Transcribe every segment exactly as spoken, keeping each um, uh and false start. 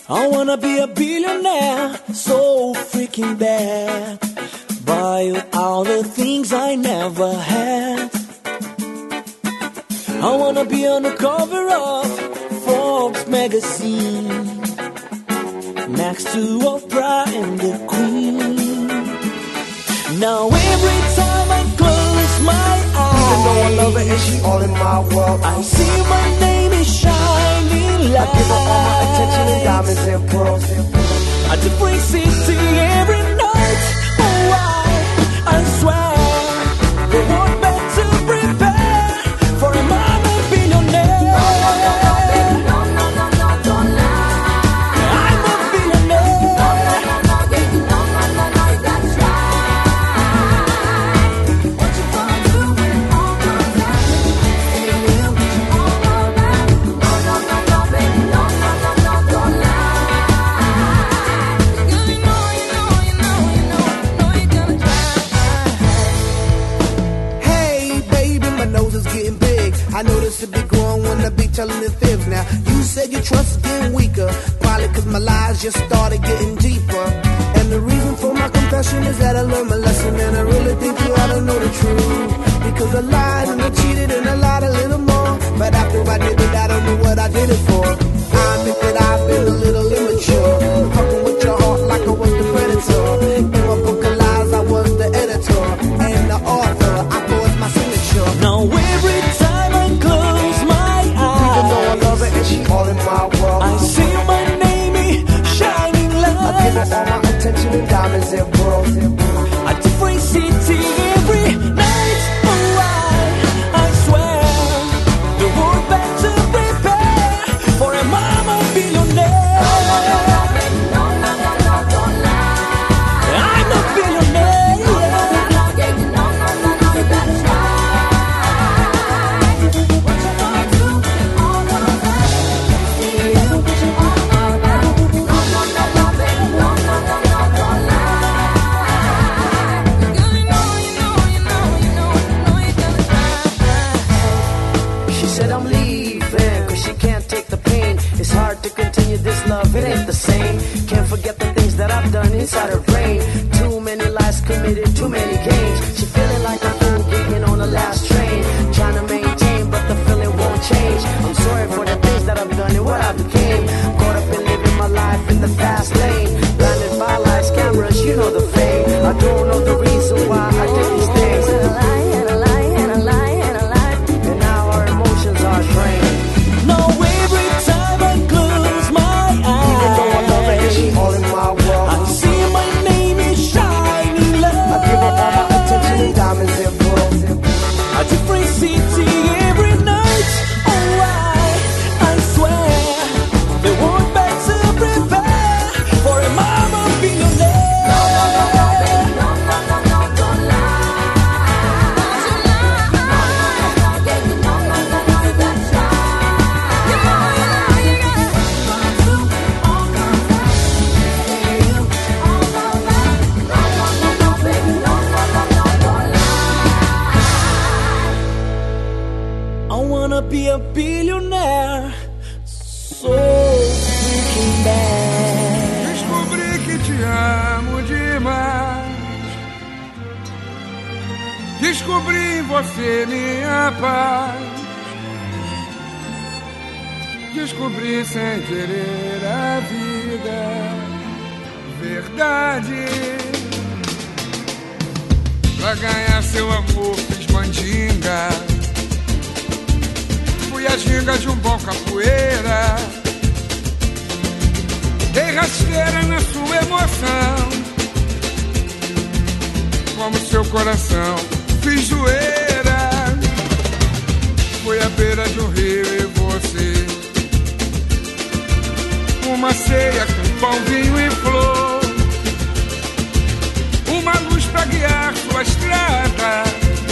I wanna be a billionaire, so freaking bad. Buy you all the things I never had. I wanna be on the cover of Forbes magazine, next to Oprah and the Queen. Now every time I close my eyes, even though I love her and she all in my world, I see my name is shining light. I give her all my attention and diamonds and pearls. A different city every night. Oh, I, I swear the world better prepare for a mama billionaire. No, no, no, no, baby, no, no, no, no, don't lie. I'm a billionaire. No, no, no, no, baby, no, no, no, no, you gotta try. What you gonna do when it all comes out? Say you, what you all about? No, no, no, no, baby, no, no, no, no, don't lie. Girl, you know, you know, you know, you know, you know you gotta try. Hey, baby, my nose is getting big. I notice it be growing when I be telling the fibs. Now, you said your trust is getting weaker, probably cause my lies just started getting deeper. And the reason for my confession is that I learned my lesson, and I really think you ought to know the truth. Because I lied and I cheated and I lied a little more, but after I did it, I don't know what I did it for. I admit that I've been a little immature, fucking with your heart like I was the predator. In my book of lies, I was the editor and the author. I forged my signature. Now every time I close my Even though I love her eyes, and she all in my world, I see my name is shining I give her light. all my attention and diamonds and pearls. A different city every night. Oh, I, I swear the world better prepare for a mama billionaire. No, no, no, no, baby, no, no, no, no, don't lie. I'm a billionaire. No, no, no, no, baby, no, no, no, no, you gotta try. What you gonna do when it all comes out? See you, what you all about? No, no, no, no, baby, no, no, no, no, don't lie. Girl, you know, you know, you know, you know, you know you gotta try. She said I'm leaving cause she can't take the pain. It's hard to continue this love, it ain't the same. Can't forget the things that I've done inside her brain. Too many lies committed, too many games. She feeling like a fool getting on the last train, trying to maintain but the feeling won't change. I'm sorry for the things that I've done and what I became. Caught up in living my life in the fast lane, blinded by lights, cameras, you know the fame. I don't know the reason why I did these things, And a lie, and a lie, and a lie, and a lie. and now our emotions are drained. Now every time I close my Even though I love her and she eyes, all in my world, I see my name is shining I give her all my attention and light. diamonds and pearls. A different city every night. Oh, I, I swear the world better prepare for a mama billionaire. No, no, no, no, baby, no, no, no, no, don't lie. Don't you lie. No, no, no, no, baby, no, no, no, no, you gotta try. You know, you know, you gotta. What you gonna do when it all comes out? Say you, all about. No, no, no, no, baby, no, no, no, no, don't lie. I wanna be a billionaire, so freaking bad. Descobri que te amo demais. Descobri em você minha paz. Descobri sem querer a vida, verdade. Pra ganhar seu amor fiz mandinga. Fui a ginga de um bom capoeira. Dei rasteira na sua emoção, como seu coração fiz zoeira. Fui à beira de um rio e você, uma ceia com pão, vinho e flor, uma luz pra guiar sua estrada,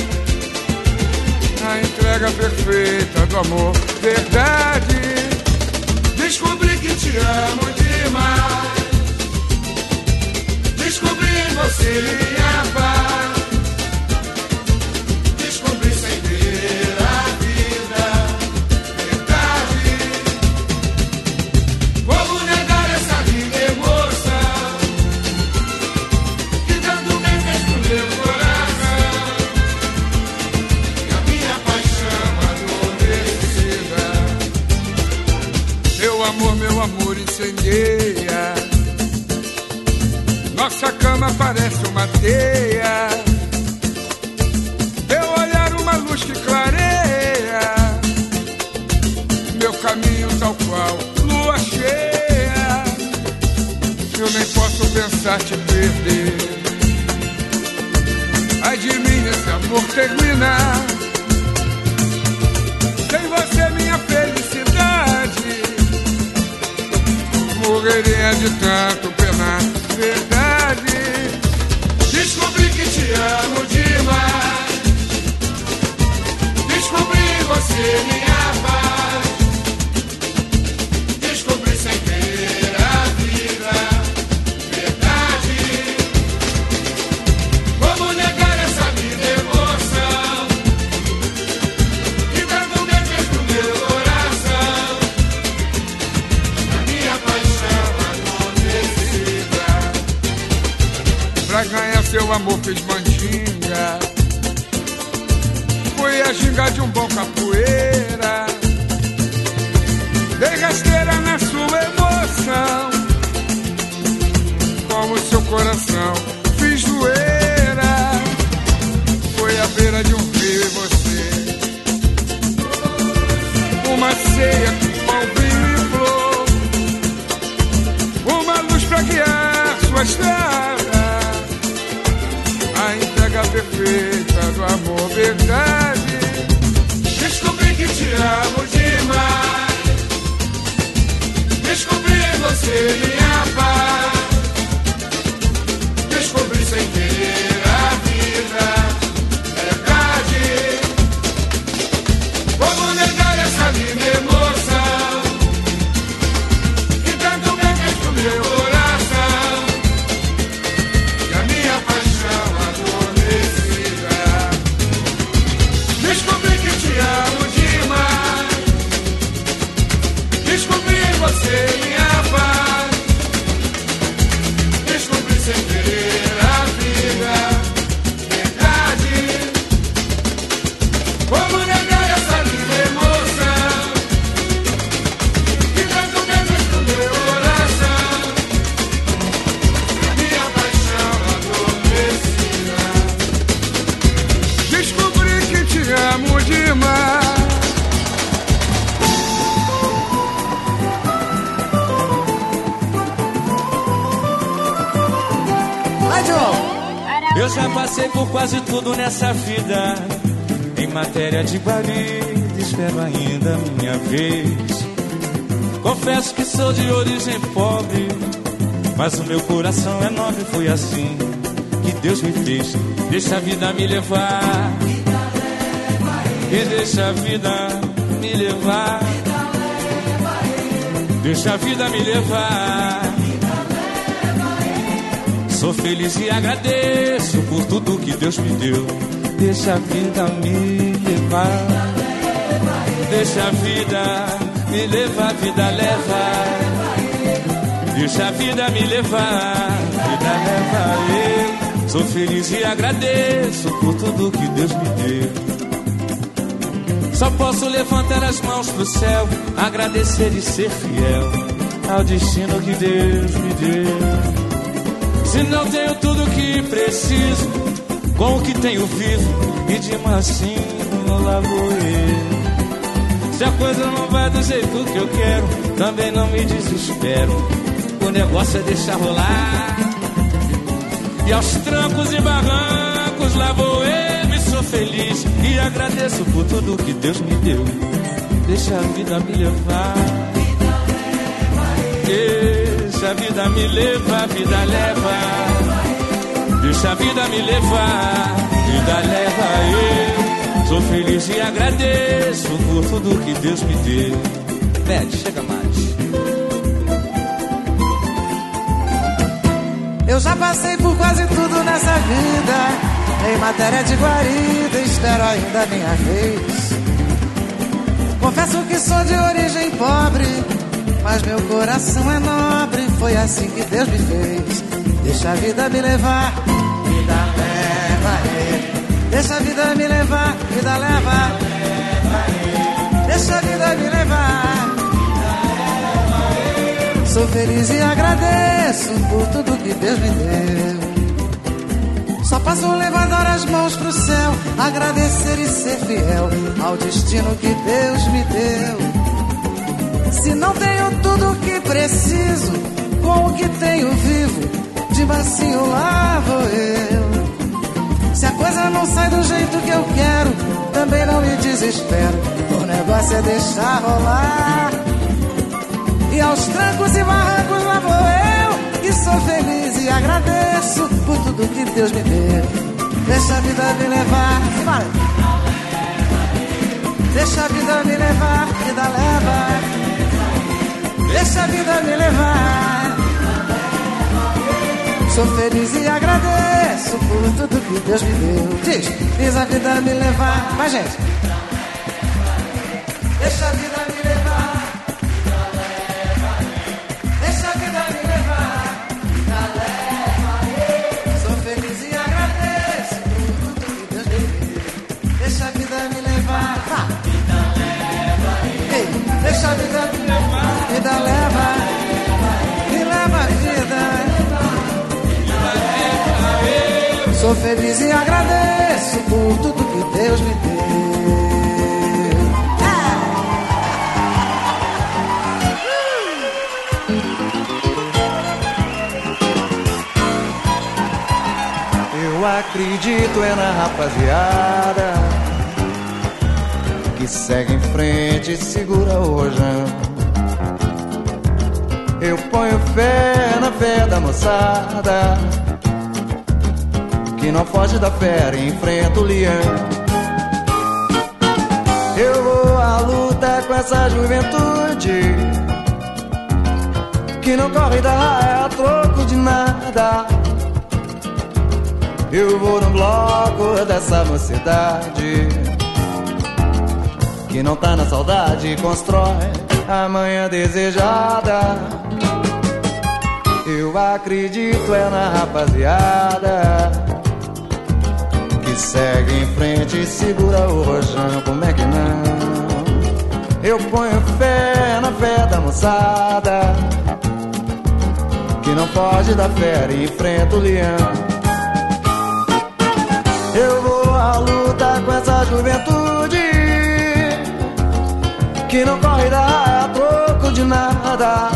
a entrega perfeita do amor, verdade. Descobri que te amo demais. Descobri em você minha paz. Descobri sem ver a vida, verdade. Como negar essa meu amor incendeia. Nossa cama parece uma teia. Teu olhar uma luz que clareia meu caminho tal qual lua cheia. Eu nem posso pensar te perder. Ai de mim esse amor terminar. Sem você minha felicidade morreria de tanto penar. Verdade, descobri que te amo demais. Descobri em você minha paz. Descobri sem querer a vida. Verdade, como negar essa vida emoção que tanto me fez no meu coração. A minha paixão adormecida. Pra ganhar seu amor fiz mandinga. Foi a ginga de um bom capoeira. Dei rasteira na sua emoção. Como seu coração fiz doeira. Foi à beira de um rio e você. Uma ceia com pão, vinho e flor. Uma luz pra guiar sua estrada. A entrega perfeita do amor, verdade. Descobri que te amo demais. Descobri em você minha paz. Descobri sem querer a vida. Verdade, como negar essa linda emoção que tanto me fez pro meu coração. E a minha paixão adormecida. Descobri que te amo demais. Descobri em você minha paz. Descobri sem querer a vida. Verdade, como negar essa linda emoção que tanto me fez pro meu coração. Minha paixão adormecida. Descobri que te amo demais. Vai, João. Eu já passei por quase tudo nessa vida. Em matéria de guarida, espero ainda a minha vez. Confesso que sou de origem pobre, mas o meu coração é nobre. Foi assim que Deus me fez. Deixa a vida me levar. E deixa a vida me levar. Deixa a vida me levar. Sou feliz e agradeço por tudo que Deus me deu. Deixa a vida me levar. Deixa a vida me levar, vida leva. Deixa a vida me levar, vida leva. Eu sou feliz e agradeço por tudo que Deus me deu. Só posso levantar as mãos pro céu, agradecer e ser fiel ao destino que Deus me deu. Se não tenho tudo o que preciso, com o que tenho vivo e de mansinho lá vou eu. Se a coisa não vai do jeito que eu quero, também não me desespero. O negócio é deixar rolar. E aos trancos e barrancos lá vou eu e sou feliz. E agradeço por tudo que Deus me deu. Deixa a vida me levar. Deixa a vida me levar, vida leva. Deixa a vida me levar, vida leva. Eu sou feliz e agradeço por tudo que Deus me deu. Pede, chega mais. Eu já passei por quase tudo nessa vida. Em matéria de guarida, espero ainda a minha vez. Confesso que sou de origem pobre, mas meu coração é nobre. Foi assim que Deus me fez. Deixa a vida me levar, vida leva. Deixa a vida me levar, vida leva. Deixa a vida me levar. Sou feliz e agradeço por tudo que Deus me deu. Só posso levantar as mãos pro céu, agradecer e ser fiel ao destino que Deus me deu. Se não tenho tudo o que preciso, com o que tenho vivo, de bacinho lá vou eu. Se a coisa não sai do jeito que eu quero, também não me desespero, o negócio é deixar rolar. E aos trancos e barrancos lá vou eu, que sou feliz e agradeço por tudo que Deus me deu. Deixa a vida me levar, vai. Deixa a vida me levar, vida leva. Deixa a vida me levar. Sou feliz e agradeço por tudo que Deus me deu. Diz, diz a vida me levar, vai gente. Deixa a vida me levar. Deixa a vida me levar. Sou feliz e agradeço por tudo que Deus me deu. Deixa a vida me levar. Ei, deixa a vida me levar. Vida leva. Me leva a vida. Sou feliz e agradeço por tudo que Deus me deu. Eu acredito é na rapaziada que segue em frente e segura o rojão. Eu ponho fé na fé da moçada que não foge da fera e enfrenta o leão. Eu vou à luta com essa juventude que não corre da raia a troco de nada. Eu vou no bloco dessa mocidade que não tá na saudade e constrói a manhã desejada. Eu acredito é na rapaziada que segue em frente e segura o rojão, como é que não? Eu ponho fé na fé da moçada que não foge da fera e enfrenta o leão. Eu vou à luta com essa juventude que não corre da raia a troco de nada.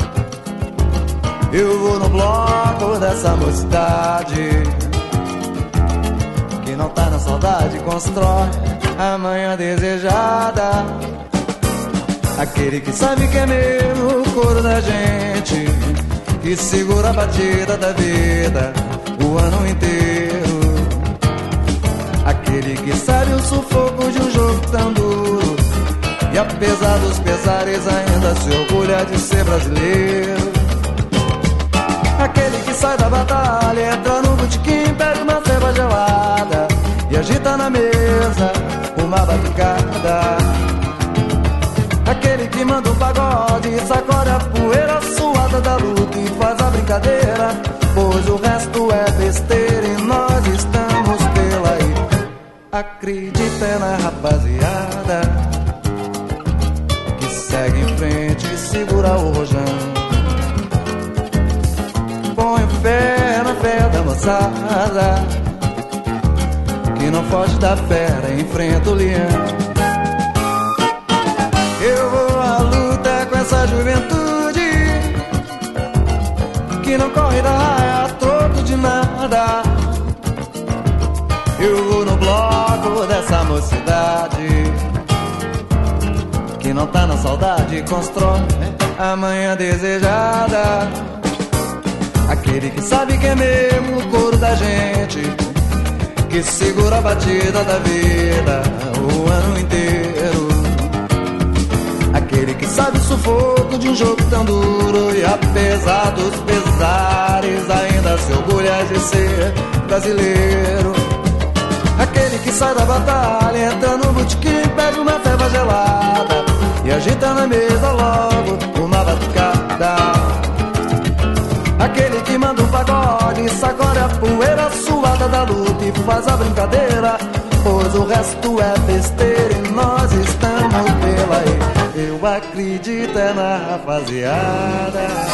Eu vou no bloco dessa mocidade que não tá na saudade, constrói a manhã desejada. Aquele que sabe que é mesmo o coro da gente, que segura a batida da vida o ano inteiro. Aquele que sabe o sufoco de um jogo tão duro e apesar dos pesares ainda se orgulha de ser brasileiro. Aquele que sai da batalha, entra no botequim, pega uma ceva gelada e agita na mesa uma batucada. Aquele que manda um pagode e sacode a poeira suada da luta e faz a brincadeira, pois o resto é besteira e nós estamos pela aí. Acredita na rapaziada que segue em frente e segura o rojão. Põe fé na fé da moçada que não foge da fera e enfrenta o leão. Eu vou à luta com essa juventude que não corre da raia a troco de nada. Eu vou no bloco dessa mocidade que não tá na saudade e constrói a manhã desejada. Aquele que sabe que é mesmo o coro da gente, que segura a batida da vida o ano inteiro. Aquele que sabe o sufoco de um jogo tão duro e apesar dos pesares ainda se orgulha de ser brasileiro. Aquele que sai da batalha, entra no botequim, pede uma ceva gelada e agita na mesa logo uma batucada. Aquele que manda um pagode, sacode a poeira suada da luta e faz a brincadeira, pois o resto é besteira e nós estamos pela aí. Eu acredito é na rapaziada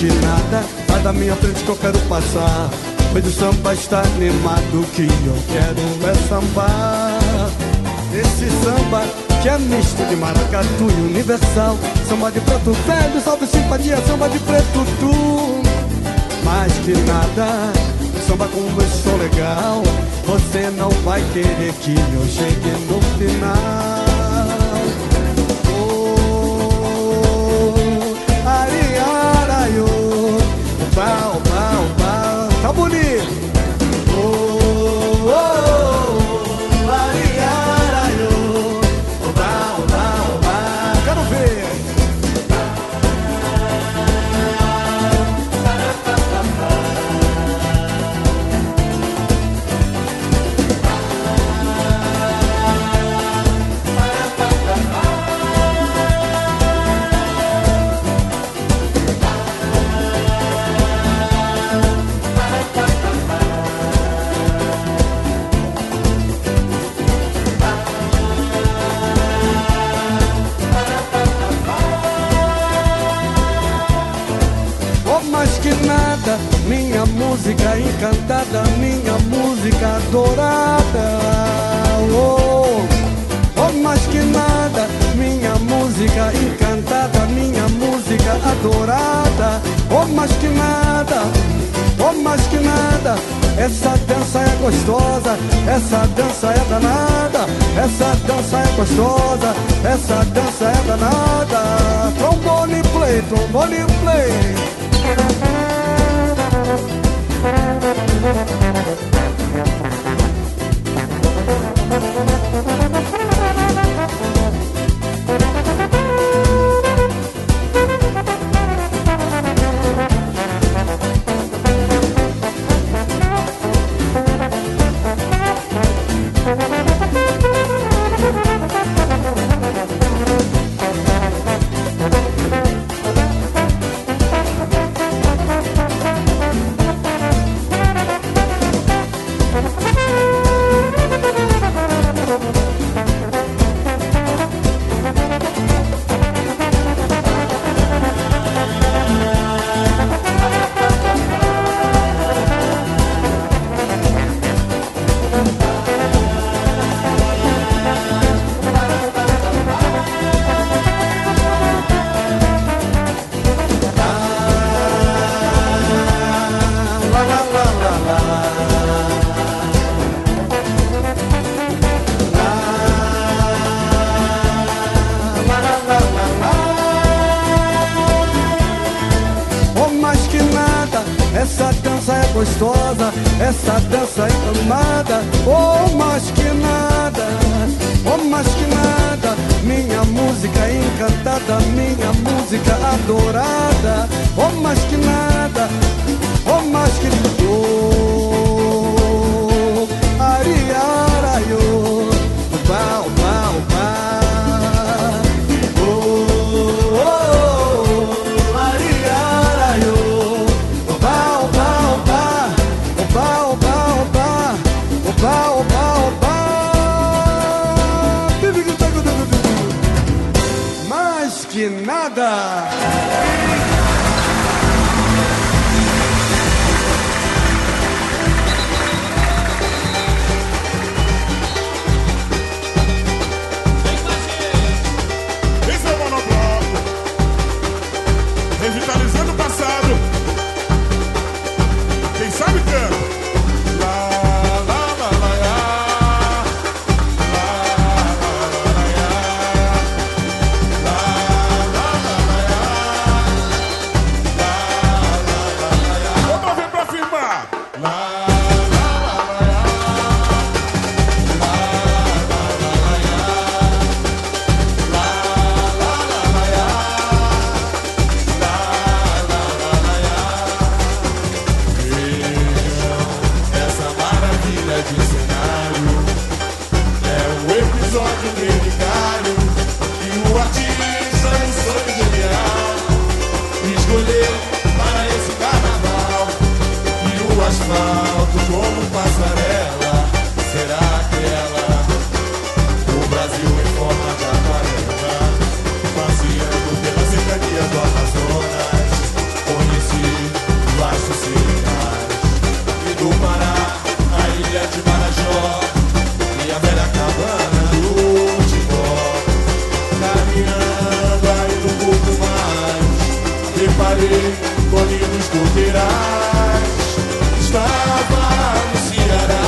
que nada, sai da minha frente que eu quero passar. Pois o samba está animado, que eu quero é sambar. Esse samba que é misto de maracatu e universal. Samba de preto velho, salve simpatia, samba de preto tu. Mais que nada, samba como eu sou legal. Você não vai querer que eu chegue no final. Pau, pau, pau, tá bonito. Oh, oh, oh, ariaraio. Oh, pau, pau, pau, quero ver. Minha música encantada, minha música adorada. Oh, oh, mais que nada, minha música encantada, minha música adorada. Oh, mais que nada, oh, mais que nada. Essa dança é gostosa, essa dança é danada. Essa dança é gostosa, essa dança é danada. Trombone play, trombone play. Gostosa, essa dança inflamada. Oh, mais que nada, oh, mais que nada. Minha música encantada, minha música adorada. Oh, mais que nada, oh, mais que oh, ariaraio, pau, pau, pau. Que nada! Esse é o Monobloco, revitalizando o passado. Quem sabe canta. Conheci deparei com lindos coqueirais. Estava no Ceará,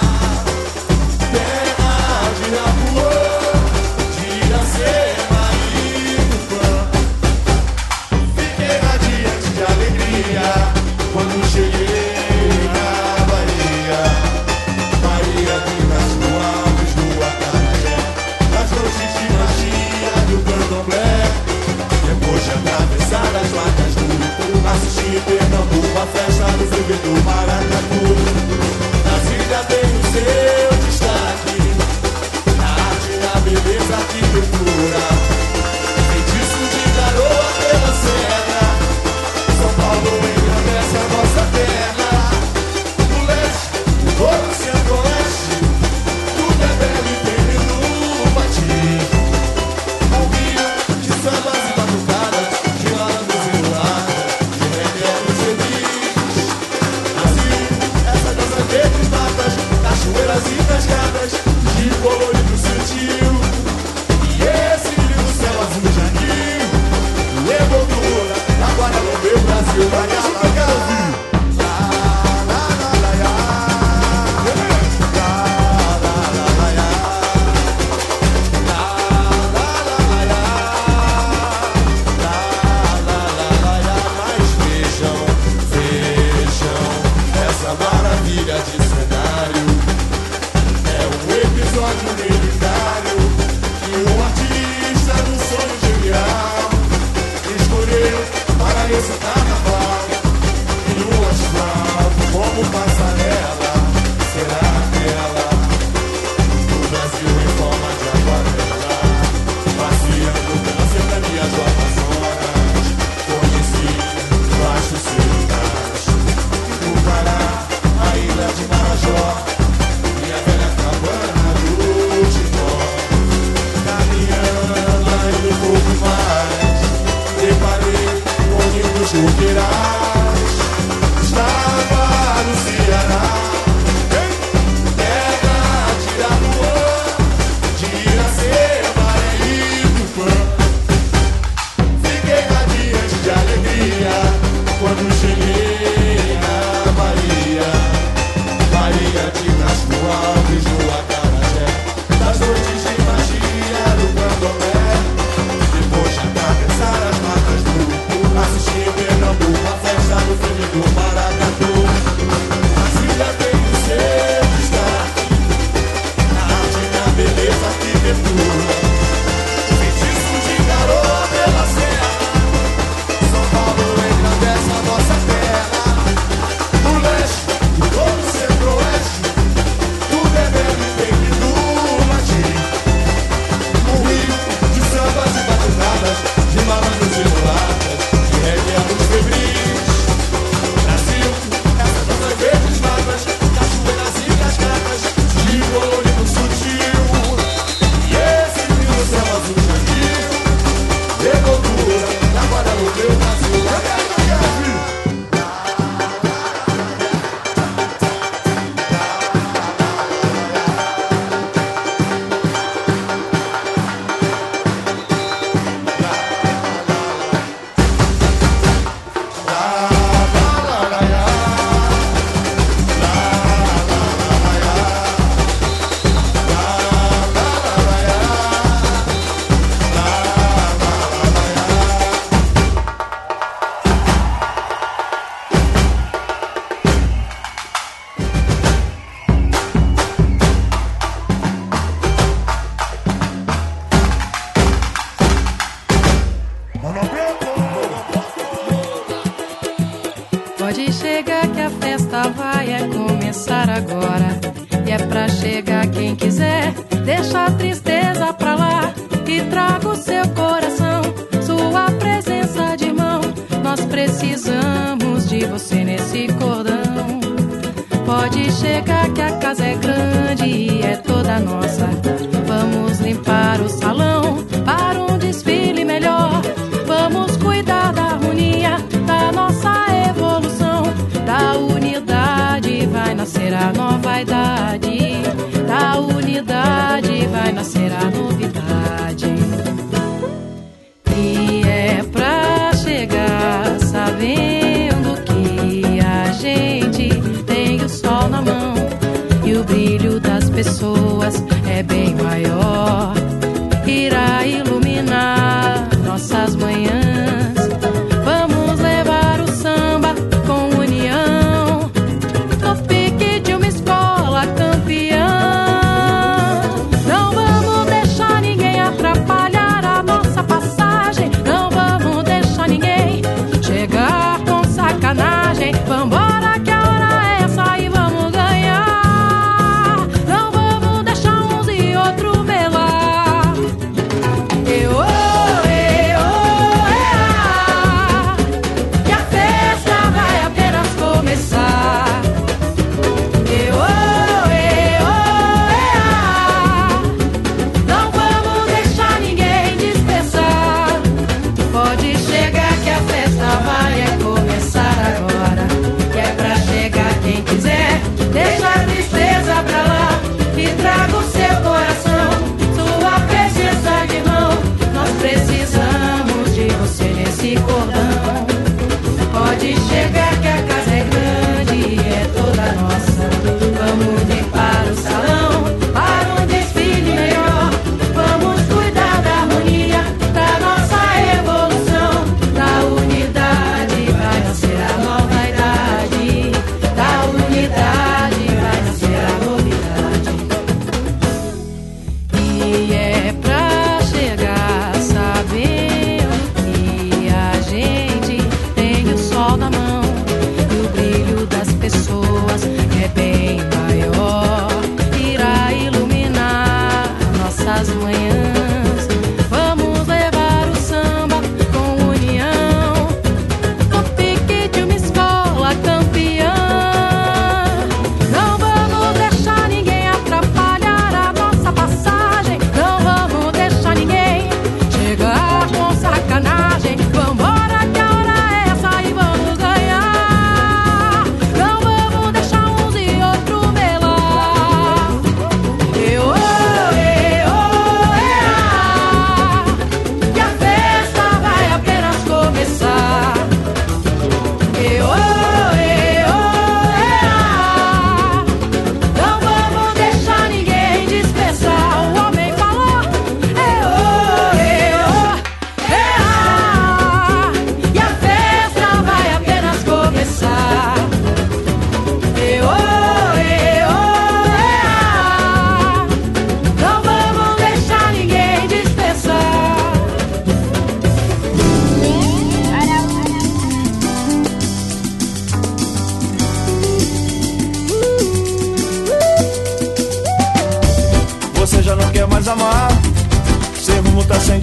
terra de Irapuã, de Iracema e Tupã. Fiquei radiante de alegria quando cheguei na Bahia. Bahia que nasce no Alves do Acarajé, das noites de magia do candomblé. Depois de atravessar as vacas do Urucu, assisti em Pernambuco a festa do frevo do Maracatu. Nas ilhas tem o seu destaque, na arte, na beleza, arquitetura, feitiço de garoa pela serra. São Paulo engrandece a nossa terra. No leste, no norte, centro-oeste, tudo é belo e tem no batir. Ao Rio, de sambas e batucadas, de malandros e mulatas, de regueiros e bis. Brasil, essa dança verde matas, cachoeiras e cascadas, de colorido sutil. E esse lindo céu azul de anil, evoldura, agora no meu Brasil, vai deixa que eu quero ouvir. Mas vejam, vejam essa maravilha de cenário. É um episódio lendário que um artista do sonho genial escolheu para esse carnaval. E o asfalto como passarela será aquela do Brasil em forma de aquarela, passeando pelas cercanias do Amazonas. Conheci vastos cereais do Pará, a ilha de Marajó e a velha cabana do Timó. Caminhando ainda um pouco mais, deparei com lindos coqueirais. Estava no Ceará, terra de Irapuã, de Iracema e Tupã. Fiquei radiante de alegria quando cheguei na Bahia. Bahia que nasce no Alves do Acarajé, das noites de magia do candomblé. Depois de atravessar as matas do Urucu, assisti em Pernambuco a festa do frevo do Maracatu. As ilhas têm o seu destaque, na arte, na beleza, arquitetura, feitiço de garoa pela serra. São Paulo engrandece a nossa terra. No leste, no todo centro-oeste, tudo é belo e tem que latir. No Rio, de sambas e batucadas, de malandros e mulatas, de regueiros febris. Brasil, essas nossas verdes matas, cachoeiras e cascatas, de colorido sutil. E esse lindo céu azul jantil, evoldura, agora no meu Brasil. Eu quero, eu quero ouvir. Pode chegar que a festa vai é começar agora. E é pra chegar quem quiser, deixa a tristeza pra lá e traga o seu coração, sua presença de irmão. Nós precisamos de você nesse cordão. Pode chegar que a casa é grande e é toda nossa. Vamos limpar o salão para um desfile melhor. Vamos cuidar da harmonia, da nossa evolução, da unidade vai nascer a nova idade. Da unidade vai nascer a novidade. E é pra chegar, sabe?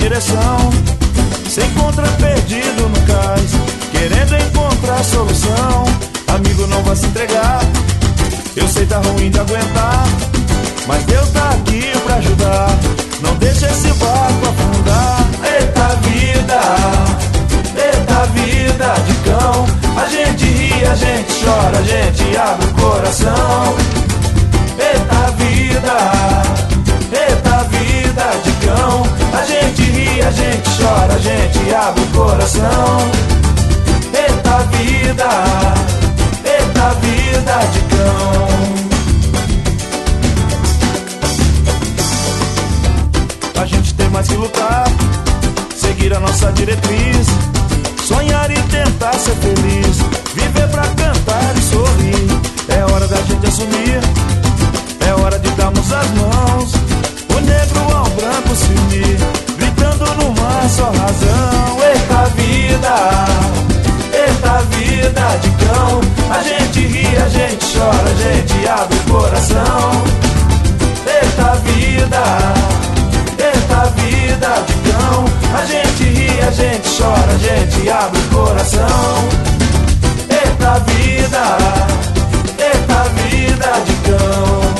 direção. Se encontra perdido no cais, querendo encontrar solução. Amigo, não vai se entregar, eu sei tá ruim de aguentar, mas Deus tá aqui pra ajudar. Não deixa esse barco afundar. Eita vida, eita vida de cão. A gente ri, a gente chora, a gente abre o coração. Eita vida, eita vida de cão. A gente ri, a gente chora, a gente abre o coração. Eita vida, eita vida de cão. A gente tem mais que lutar, seguir a nossa diretriz, sonhar e tentar ser feliz, viver pra cantar e sorrir. É hora da gente assumir, é hora de darmos as mãos, o negro ao branco se unir, gritando no mar só razão. Eita vida, eita vida de cão. A gente ri, a gente chora, a gente abre o coração. Eita vida, eita vida de cão. A gente ri, a gente chora, a gente abre o coração. Eita vida, eita vida de cão.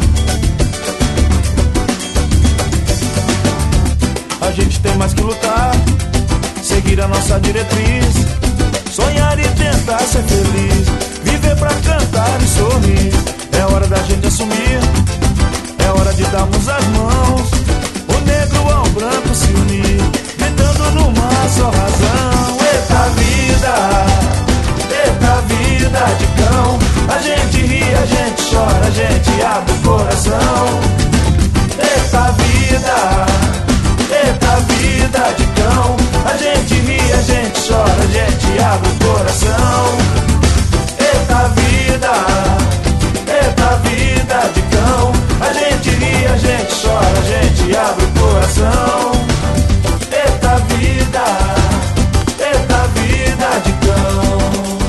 A gente tem mais que lutar, seguir a nossa diretriz, sonhar e tentar ser feliz, viver pra cantar e sorrir. É hora da gente assumir, é hora de darmos as mãos, o negro ao branco se unir, gritando no mar só razão. Eita vida, eita vida de cão. A gente ri, a gente chora, a gente abre o coração. Eita vida, eita vida de cão. A gente ri, a gente chora, a gente abre o coração. Eita vida, eita vida de cão. A gente ri, a gente chora, a gente abre o coração. Eita vida, eita vida de cão.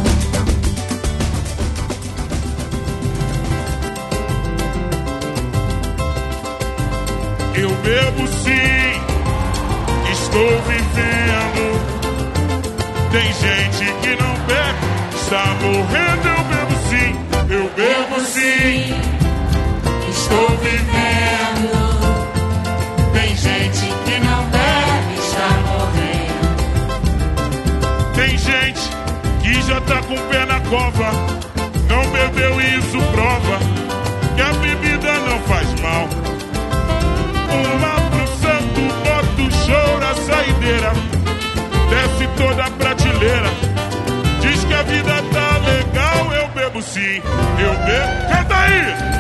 Eu bebo sim, estou vivendo. Tem gente que não bebe, está morrendo. Eu bebo sim, eu bebo sim, estou vivendo. Tem gente que não bebe, está morrendo. Tem gente que já tá com o pé na cova, não bebeu e isso prova que a bebida não faz mal. Uma pro santo, bota o choro, a saideira, desce toda a prateleira, diz que a vida tá legal. Eu bebo sim, eu bebo. Canta aí!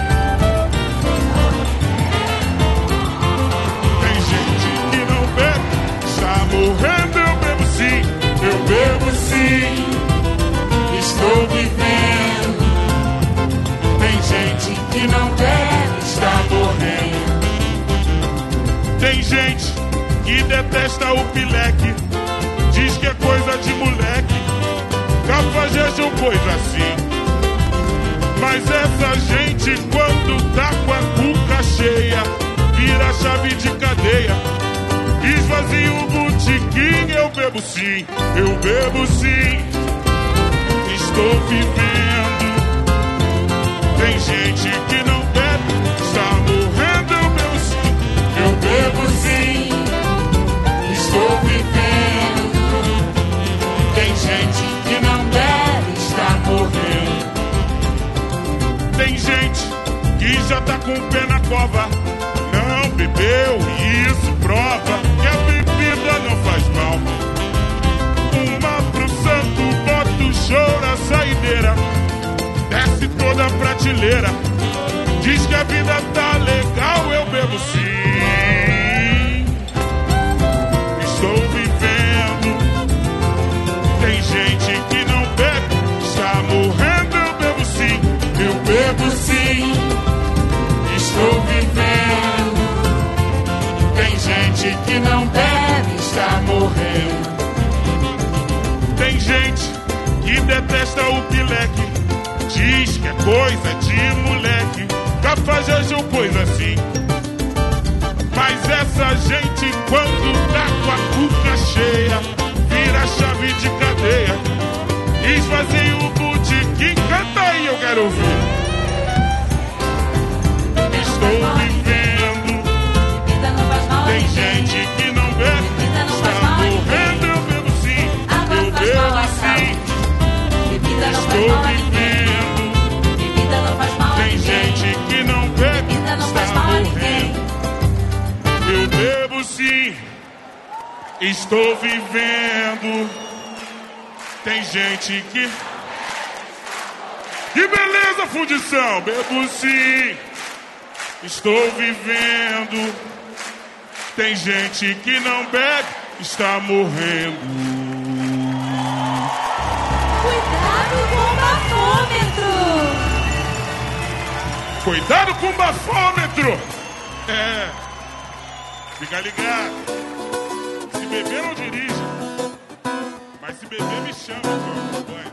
Tem gente que não bebe, está morrendo. Eu bebo sim, eu bebo sim, estou vivendo. Tem gente que não bebe, está morrendo. Tem gente que detesta o pileque, diz que é coisa de moleque, cafajeste ou coisa assim. Mas essa gente, quando tá com a cuca cheia, vira chave de cadeia, esvazia o botiquim. Eu bebo sim, eu bebo sim, estou vivendo. Tem gente que não bebe, está morrendo. Eu bebo sim, eu bebo sim, estou vivendo. Tem gente que não bebe, está morrendo. Tem gente que já tá com o pé na cova, não bebeu e isso prova que a bebida não faz mal. Uma pro santo, bota o choro, a saideira, desce toda a prateleira, diz que a vida tá legal. Eu bebo sim, estou vivendo. Tem gente que não bebe, está morrendo. Eu bebo sim, eu bebo sim, estou vivendo. Tem gente que não bebe, está morrendo. Tem gente que detesta o pileque, diz que é coisa de moleque, cafajeste ou coisa assim. Mas essa gente, quando tá com a cuca cheia, vira chave de cadeia, esvazia o botequim. Canta aí, eu quero ouvir. Estou vivendo, tem gente que não bebe, está morrendo, eu bebo sim, eu bebo sim. Estou vivendo, tem gente que não bebe, está morrendo, eu bebo sim. Estou vivendo, tem gente que... Que beleza, fundição, bebo sim. Estou vivendo, tem gente que não bebe, está morrendo. Cuidado com o bafômetro! Cuidado com o bafômetro! É, fica ligado. Se beber não dirija, mas se beber me chama, que eu acompanho.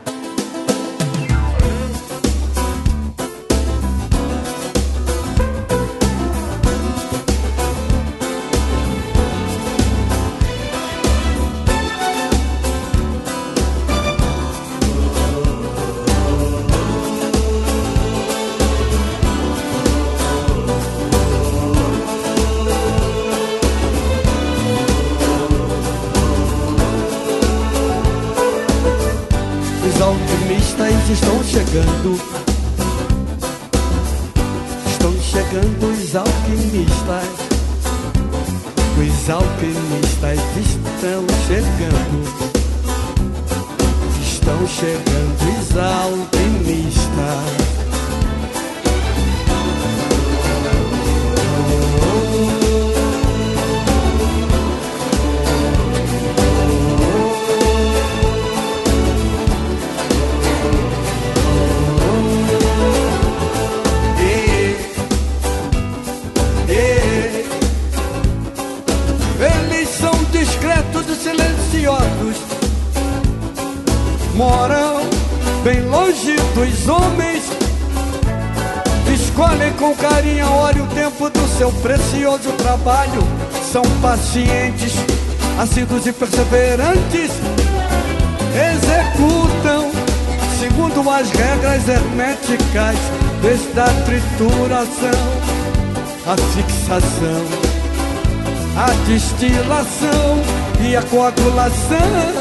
Estão chegando, estão chegando os alquimistas, os alquimistas estão chegando, estão chegando os alquimistas. Silenciosos, moram bem longe dos homens, escolhem com carinho a hora e o tempo do seu precioso trabalho, são pacientes, assíduos e perseverantes, executam segundo as regras herméticas, desde a trituração, a fixação, a destilação e a coagulação.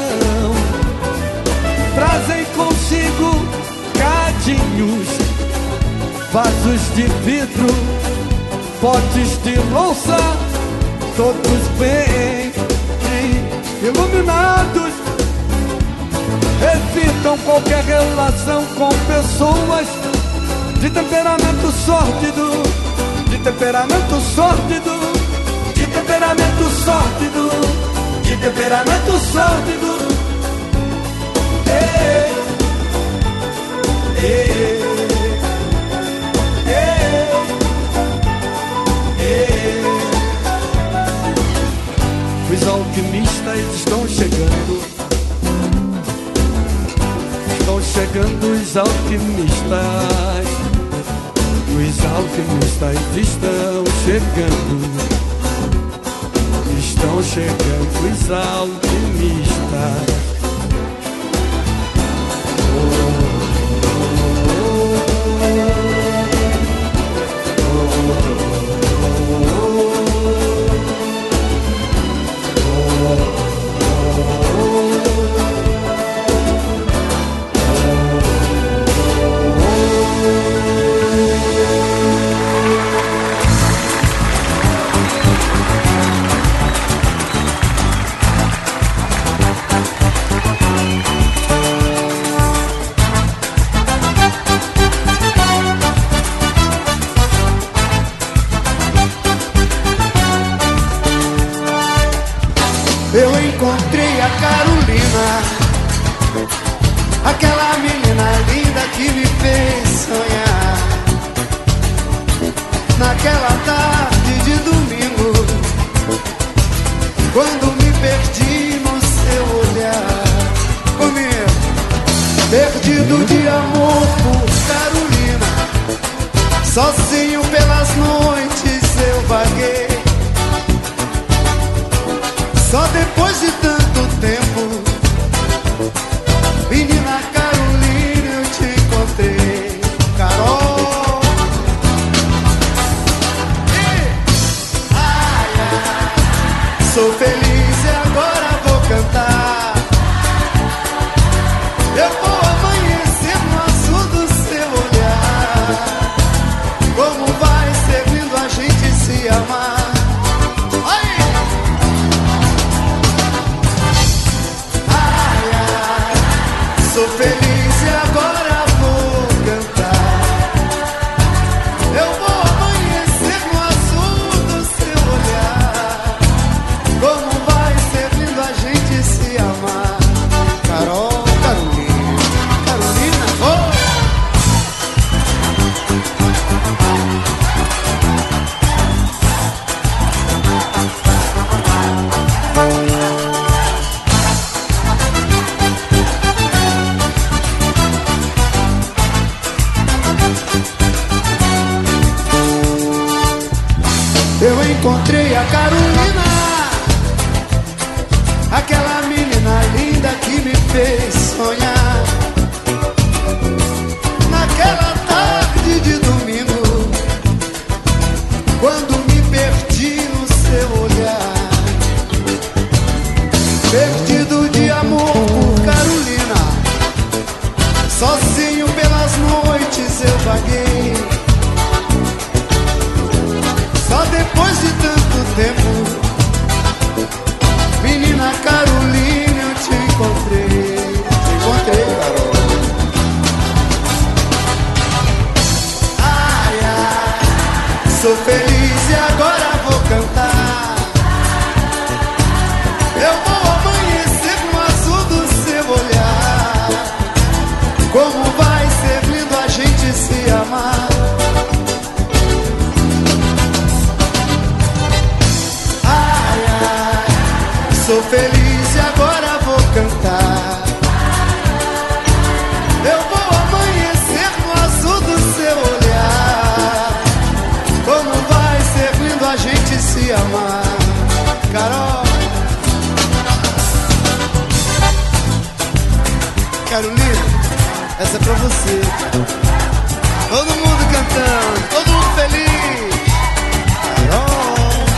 Trazem consigo cadinhos, vasos de vidro, potes de louça, todos bem iluminados. Evitam qualquer relação com pessoas de temperamento sórdido, de temperamento sórdido, de temperamento sórdido, de temperamento sórdido. Ei, ei, ei, ei. Os alquimistas estão chegando, estão chegando os alquimistas, os alquimistas estão chegando. Estão chegando os alquimistas. Oh, oh, Eu encontrei a Carolina, aquela menina linda que me fez sonhar. Naquela tarde de domingo, quando me perdi no seu olhar. Comigo, perdido de amor por Carolina, sozinho pelas noites eu vaguei. Só depois de tanto tempo, menina Carolina, eu te encontrei. Carol, e, ai, ai, sou feliz e agora vou cantar. Eu vou amanhecer no azul do seu olhar. Como vai ser lindo a gente se amar. Sou feliz e agora vou cantar. Eu vou amanhecer no azul do seu olhar. Como vai ser lindo a gente se amar. Carol, Carolina, Carolina, oh! Eu encontrei a Carolina, aquela menina linda que me fez sonhar. Naquela tarde de domingo, quando me perdi no seu olhar. Perdido de amor por Carolina, sozinho pelas noites eu vaguei. Só depois de tanto tempo, menina Carolina, eu te encontrei. Te encontrei, Carol. Ai, ai, sou feliz e agora vou cantar. Eu vou amanhecer no azul do seu olhar. Como vai ser lindo a gente se amar. Sou feliz e agora vou cantar. Eu vou amanhecer no azul do seu olhar. Como vai ser lindo a gente se amar. Carol, Carolina, essa é pra você. Todo mundo cantando, todo mundo feliz. Carol,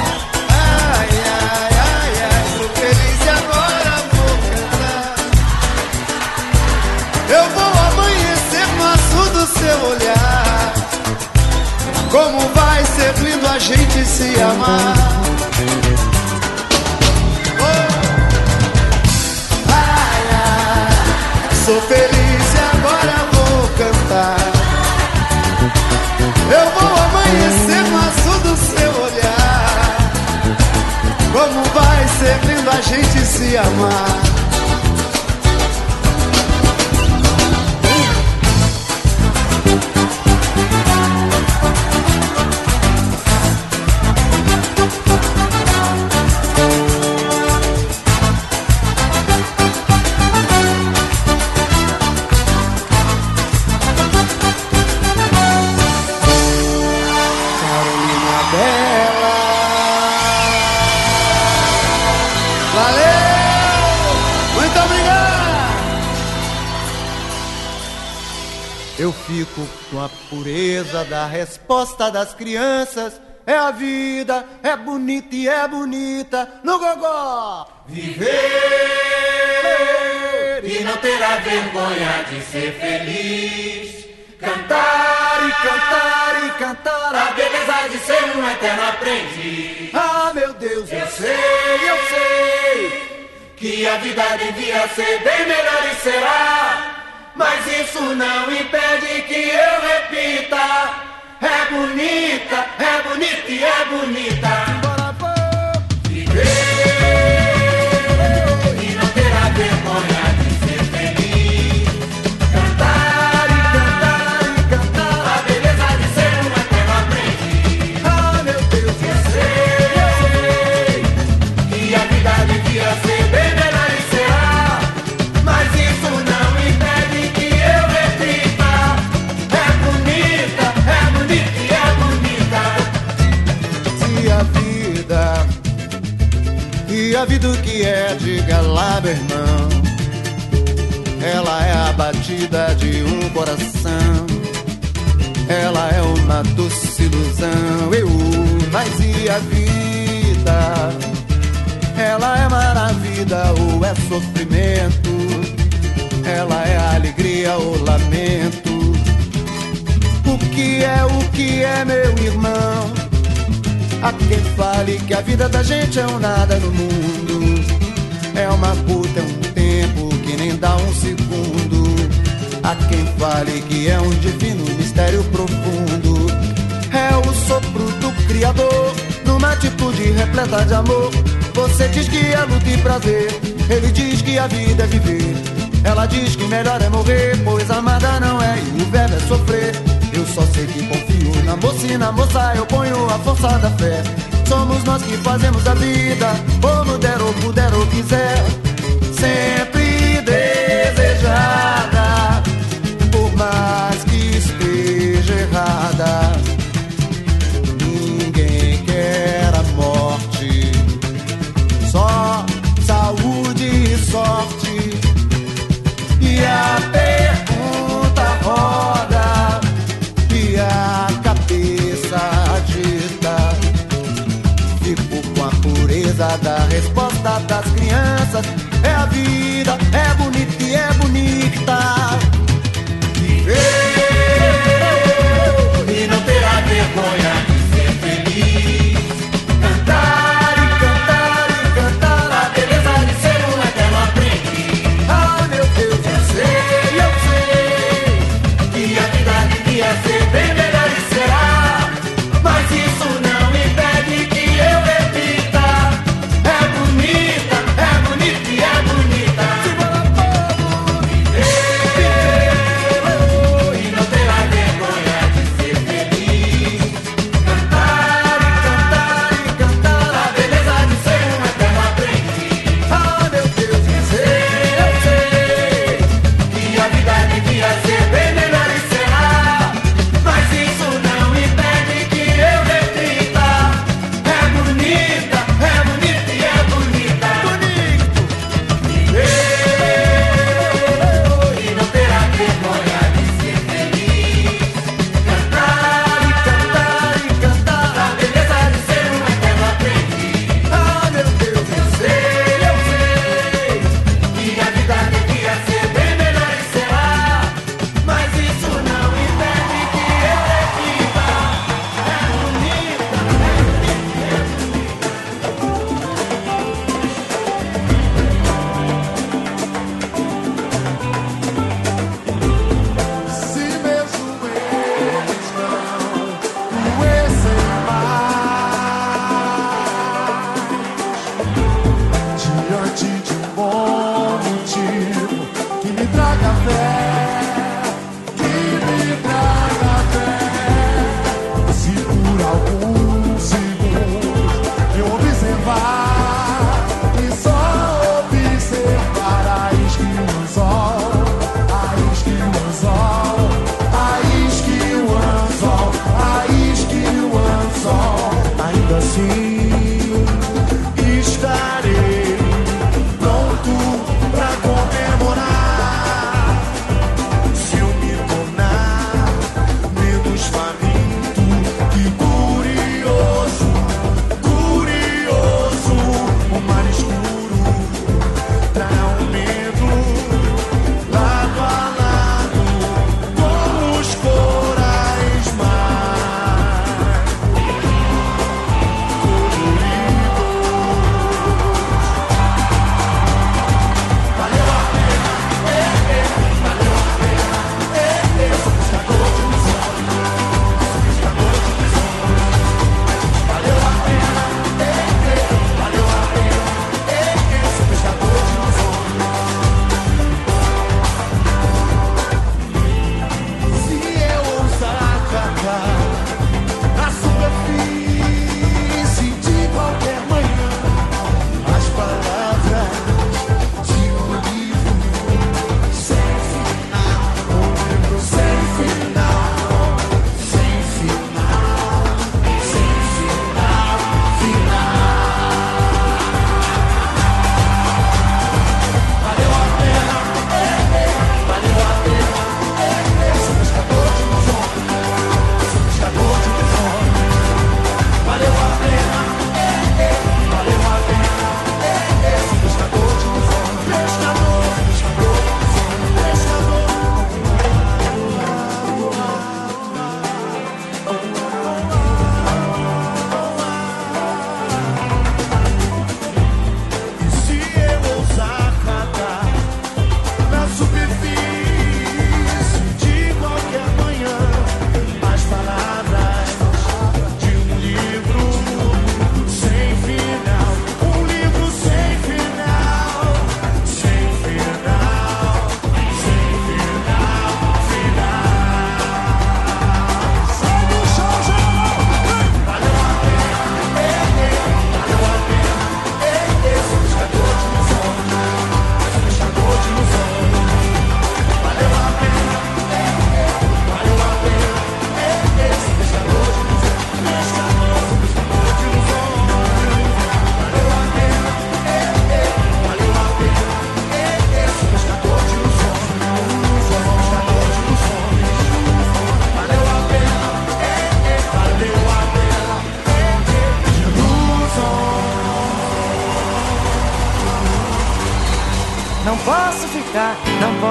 feliz e agora vou cantar. Eu vou amanhecer no azul do seu olhar. Como vai ser lindo a gente se amar. Oh. Ai, ai, sou feliz e agora vou cantar. Eu vou amanhecer no azul do seu olhar. Como vai ser lindo a gente se amar. Carolina Bela, valeu! Muito obrigado! Eu fico com a pureza da resposta das crianças. É a vida, é bonita e é bonita no gogó. Viver e não ter a vergonha de ser feliz. Cantar E cantar e cantar a beleza de ser um eterno aprendiz. Ah, meu Deus, eu sei, eu sei Que a vida devia ser bem melhor e será. Mas isso não impede que eu repita. É bonita, é bonita e é bonita. Viver e não ter a vergonha de ser feliz. Cantar e cantar e cantar a beleza de ser um eterno aprendiz. Ah, meu Deus, Eu sei que a vida devia ser bem melhor e será. Mas isso não impede que eu repita. É bonita, é bonita e é bonita. se a vida o que é, diga lá, meu irmão. Ela é a batida de um coração, ela é uma doce ilusão. Eu, mas e a vida? Ela é maravilha ou é sofrimento? Ela é alegria ou lamento? O que é, o que é, meu irmão? Há quem fale que a vida da gente é um nada no mundo, é uma puta, é um tempo que nem dá um segundo. Há quem fale que é um divino mistério profundo, é o sopro do Criador numa atitude repleta de amor. Você diz que é luta e prazer, ele diz que a vida é viver. Ela diz que melhor é morrer, pois amada não é e o verbo é sofrer. Eu só sei que confio na moça e na moça eu ponho a força da fé. Somos nós que fazemos a vida, como der ou puder ou quiser. Sempre desejada, por mais que esteja errada. Ninguém quer a morte, só saúde e sorte. E a pergunta roda e a cabeça agita. Fico com a pureza da resposta das crianças. É a vida, é bonita e é bonita. Viver e não ter a vergonha de ser feliz. Cantar e cantar e cantar a beleza de ser um eterno aprendiz. Ah, meu Deus, eu sei, eu sei que a vida devia ser bem melhor e será, mas isso não impede que eu repita. É bonita, é bonita e é bonita.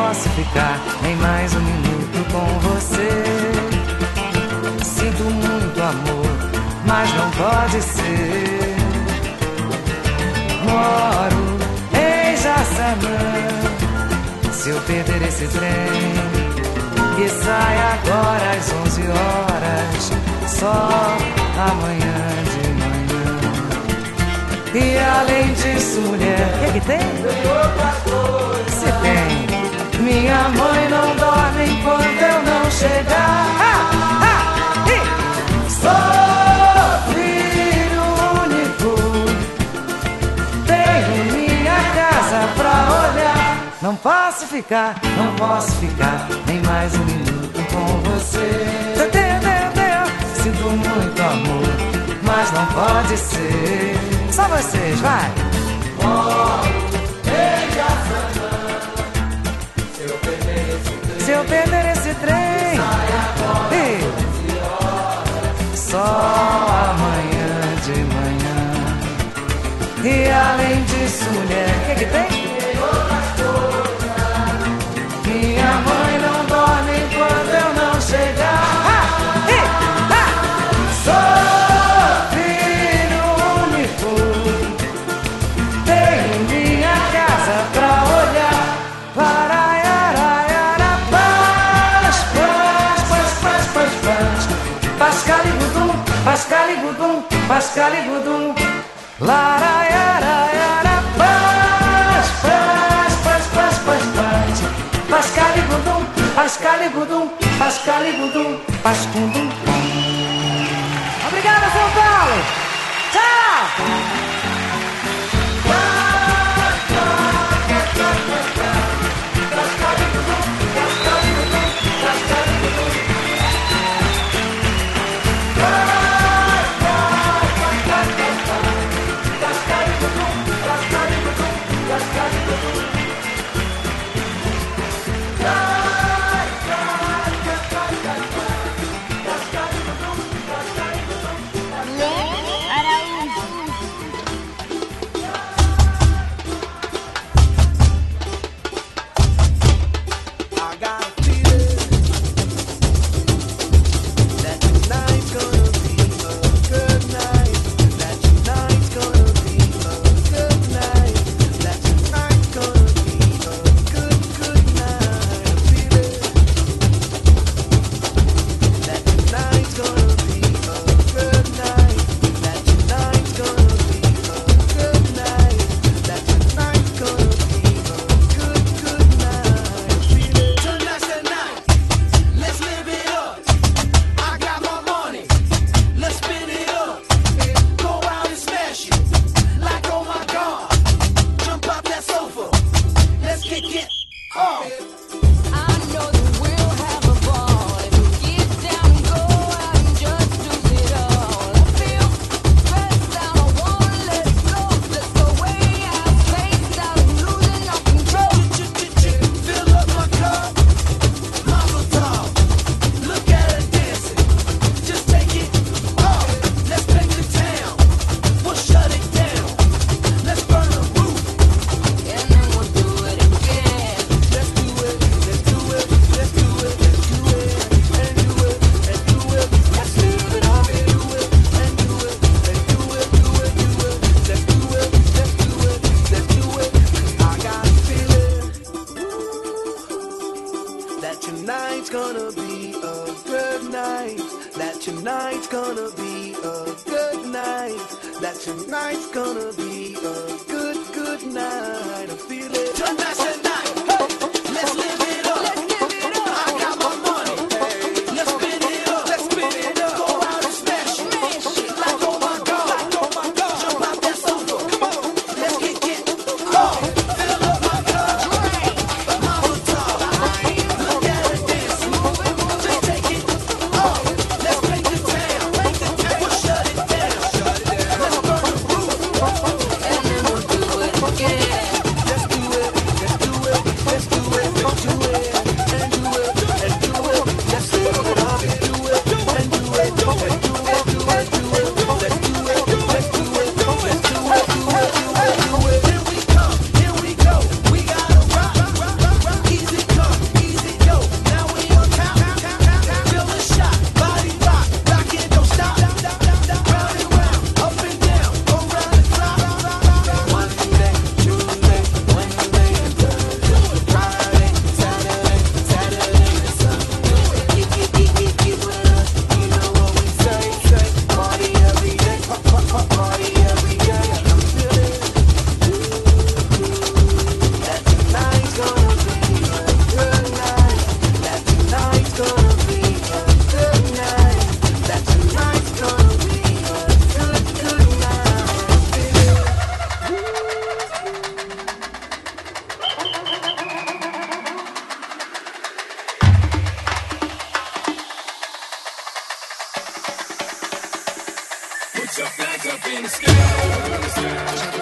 posso ficar nem mais um minuto com você. Sinto muito amor, mas não pode ser. Moro em Jaçanã. Se eu perder esse trem que sai agora às onze horas, só amanhã de manhã. E além disso, mulher, o que, que tem? Se tem, minha mãe não dorme enquanto eu não chegar. Ah, ah, e sou filho único, tenho minha casa pra olhar. Não posso ficar, não posso ficar nem mais um minuto com você. Sinto muito amor, mas não pode ser. Só vocês, vai! Se eu perder esse trem, e só amanhã de manhã. E além disso, mulher, o que, que tem? Minha mãe não dorme enquanto eu não chegar. Ah, e, ah, sou filho único, tenho minha casa pra olhar. Para iaraiara, paz, paz, paz, paz, paz, paz. Pascaligudum, pascaligudum, pascaligudum. Laraiaraiara, paz, paz, paz, paz, paz, paz. Pascaligudum, pascaligudum, pascaligudum, pascundum. Obrigada, São Paulo! Tchau! Let's do it. Put your flags up in the sky.